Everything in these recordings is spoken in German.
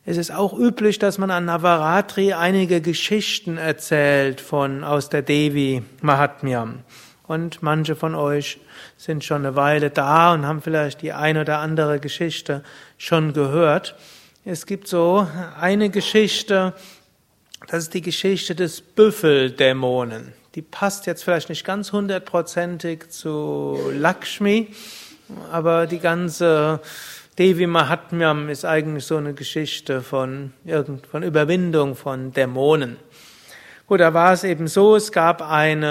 Es ist auch üblich, dass man an Navaratri einige Geschichten erzählt aus der Devi Mahatmyam. Und manche von euch sind schon eine Weile da und haben vielleicht die ein oder andere Geschichte schon gehört. Es gibt so eine Geschichte, das ist die Geschichte des Büffeldämonen. Die passt jetzt vielleicht nicht ganz 100%ig zu Lakshmi, aber die ganze Devi Mahatmyam ist eigentlich so eine Geschichte von Überwindung von Dämonen. Gut, da war es eben so, es gab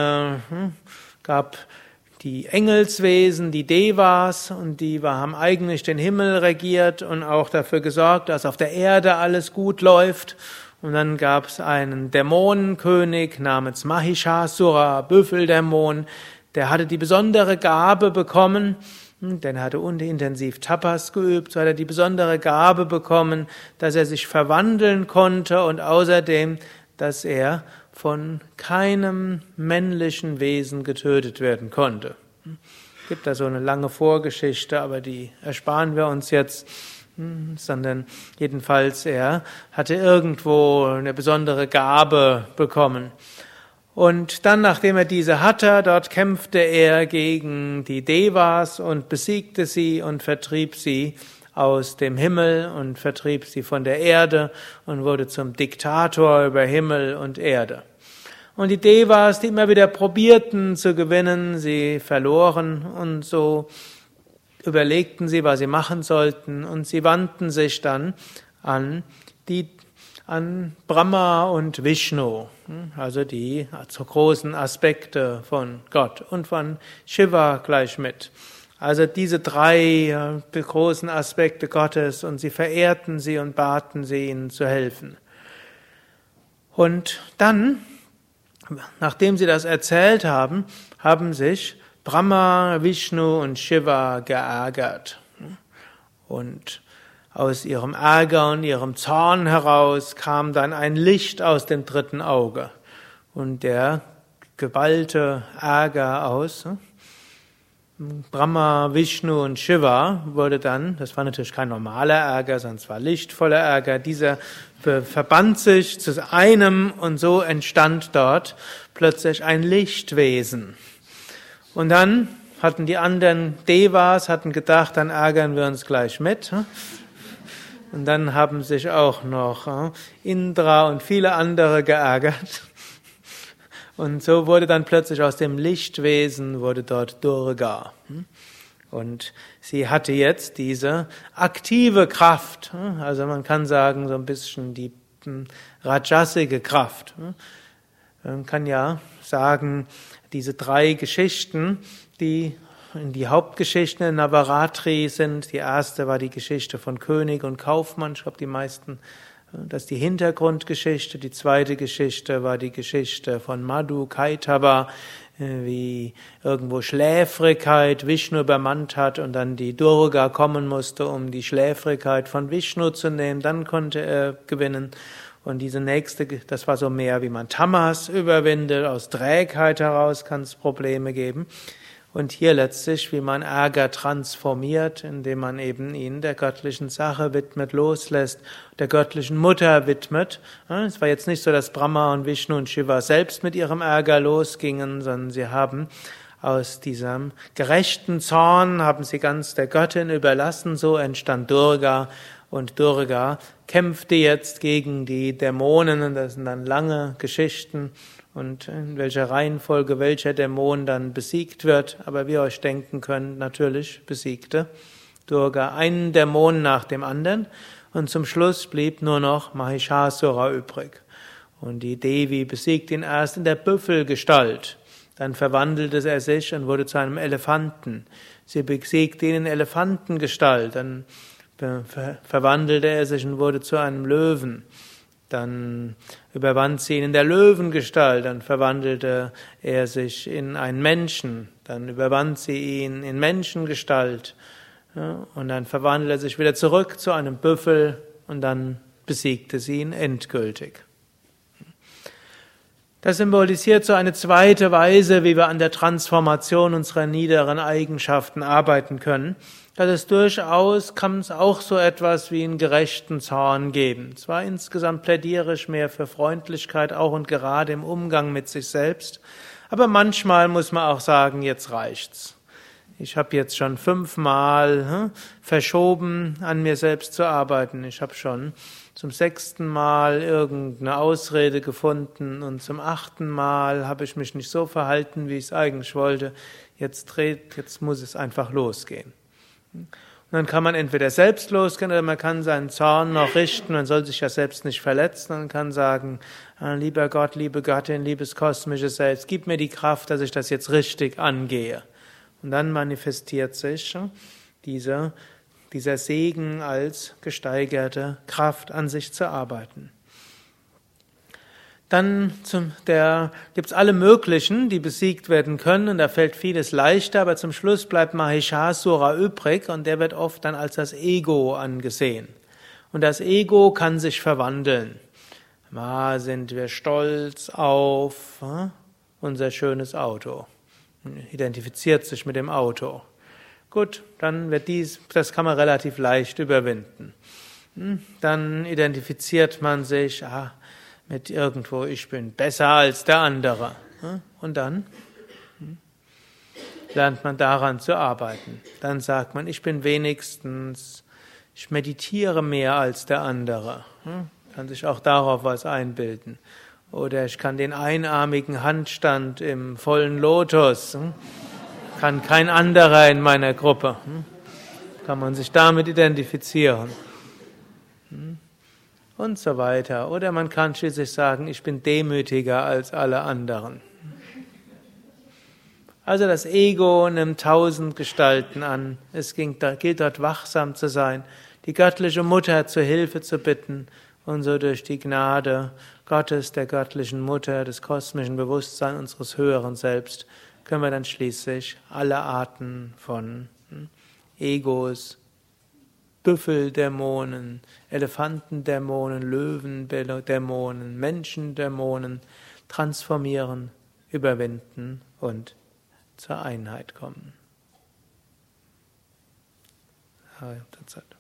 die Engelswesen, die Devas, und die haben eigentlich den Himmel regiert und auch dafür gesorgt, dass auf der Erde alles gut läuft. Und dann gab es einen Dämonenkönig namens Mahishasura, Büffeldämon, der hatte die besondere Gabe bekommen, denn er hatte intensiv Tapas geübt, so hat er die besondere Gabe bekommen, dass er sich verwandeln konnte und außerdem, dass er von keinem männlichen Wesen getötet werden konnte. Es gibt da so eine lange Vorgeschichte, aber die ersparen wir uns jetzt, sondern jedenfalls er hatte irgendwo eine besondere Gabe bekommen. Und dann, nachdem er diese hatte, dort kämpfte er gegen die Devas und besiegte sie und vertrieb sie aus dem Himmel und vertrieb sie von der Erde und wurde zum Diktator über Himmel und Erde. Und die Devas, die immer wieder probierten zu gewinnen, sie verloren und so überlegten sie, was sie machen sollten, und sie wandten sich dann an Brahma und Vishnu, also die großen Aspekte von Gott, und von Shiva gleich mit. Also diese drei großen Aspekte Gottes, und sie verehrten sie und baten sie, ihnen zu helfen. Und dann, nachdem sie das erzählt haben, haben sich Brahma, Vishnu und Shiva geärgert. Und aus ihrem Ärger und ihrem Zorn heraus kam dann ein Licht aus dem dritten Auge. Und der geballte Ärger aus Brahma, Vishnu und Shiva wurde dann, das war natürlich kein normaler Ärger, sondern es war lichtvoller Ärger, dieser verband sich zu einem, und so entstand dort plötzlich ein Lichtwesen. Und dann hatten die anderen Devas gedacht, dann ärgern wir uns gleich mit. Und dann haben sich auch noch Indra und viele andere geärgert. Und so wurde dann plötzlich aus dem Lichtwesen wurde dort Durga. Und sie hatte jetzt diese aktive Kraft. Also man kann sagen, so ein bisschen die rajasige Kraft. Man kann ja sagen, diese drei Geschichten, die Hauptgeschichten in Navaratri sind. Die erste war die Geschichte von König und Kaufmann. Ich glaube, die meisten, das ist die Hintergrundgeschichte. Die zweite Geschichte war die Geschichte von Madhu, Kaitava, wie irgendwo Schläfrigkeit Vishnu übermannt hat und dann die Durga kommen musste, um die Schläfrigkeit von Vishnu zu nehmen. Dann konnte er gewinnen. Und diese nächste, das war so mehr, wie man Tamas überwindet. Aus Trägheit heraus kann es Probleme geben. Und hier letztlich, wie man Ärger transformiert, indem man eben ihn der göttlichen Sache widmet, loslässt, der göttlichen Mutter widmet. Es war jetzt nicht so, dass Brahma und Vishnu und Shiva selbst mit ihrem Ärger losgingen, sondern sie haben aus diesem gerechten Zorn, haben sie ganz der Göttin überlassen. So entstand Durga. Und Durga kämpfte jetzt gegen die Dämonen, und das sind dann lange Geschichten, und in welcher Reihenfolge welcher Dämon dann besiegt wird. Aber wie ihr euch denken könnt, natürlich besiegte Durga einen Dämon nach dem anderen, und zum Schluss blieb nur noch Mahishasura übrig. Und die Devi besiegte ihn erst in der Büffelgestalt. Dann verwandelte er sich und wurde zu einem Elefanten. Sie besiegte ihn in Elefantengestalt. Dann verwandelte er sich und wurde zu einem Löwen. Dann überwand sie ihn in der Löwengestalt, dann verwandelte er sich in einen Menschen, dann überwand sie ihn in Menschengestalt, ja, und dann verwandelte er sich wieder zurück zu einem Büffel, und dann besiegte sie ihn endgültig. Das symbolisiert so eine zweite Weise, wie wir an der Transformation unserer niederen Eigenschaften arbeiten können. kann es auch so etwas wie einen gerechten Zorn geben. Zwar insgesamt plädiere ich mehr für Freundlichkeit, auch und gerade im Umgang mit sich selbst, aber manchmal muss man auch sagen, jetzt reicht's. Ich habe jetzt schon 5-mal verschoben, an mir selbst zu arbeiten. Ich habe schon zum 6. Mal irgendeine Ausrede gefunden und zum 8. Mal habe ich mich nicht so verhalten, wie ich es eigentlich wollte. Jetzt muss es einfach losgehen. Und dann kann man entweder selbst losgehen oder man kann seinen Zorn noch richten. Man soll sich ja selbst nicht verletzen. Man kann sagen, lieber Gott, liebe Göttin, liebes kosmisches Selbst, gib mir die Kraft, dass ich das jetzt richtig angehe. Und dann manifestiert sich dieser Segen als gesteigerte Kraft, an sich zu arbeiten. Dann gibt's alle möglichen, die besiegt werden können, und da fällt vieles leichter, aber zum Schluss bleibt Mahishasura übrig, und der wird oft dann als das Ego angesehen. Und das Ego kann sich verwandeln. Mal sind wir stolz auf unser schönes Auto. Identifiziert sich mit dem Auto. Gut, dann das kann man relativ leicht überwinden. Dann identifiziert man sich mit irgendwo, ich bin besser als der andere. Und dann lernt man daran zu arbeiten. Dann sagt man, ich meditiere mehr als der andere. Kann sich auch darauf was einbilden. Oder ich kann den einarmigen Handstand im vollen Lotus. Kann kein anderer in meiner Gruppe. Kann man sich damit identifizieren. Und so weiter. Oder man kann schließlich sagen, ich bin demütiger als alle anderen. Also das Ego nimmt 1000 Gestalten an. Es gilt dort wachsam zu sein, die göttliche Mutter zur Hilfe zu bitten und so durch die Gnade Gottes, der göttlichen Mutter, des kosmischen Bewusstseins unseres höheren Selbst, können wir dann schließlich alle Arten von Egos, Büffeldämonen, Elefantendämonen, Löwendämonen, Menschendämonen transformieren, überwinden und zur Einheit kommen.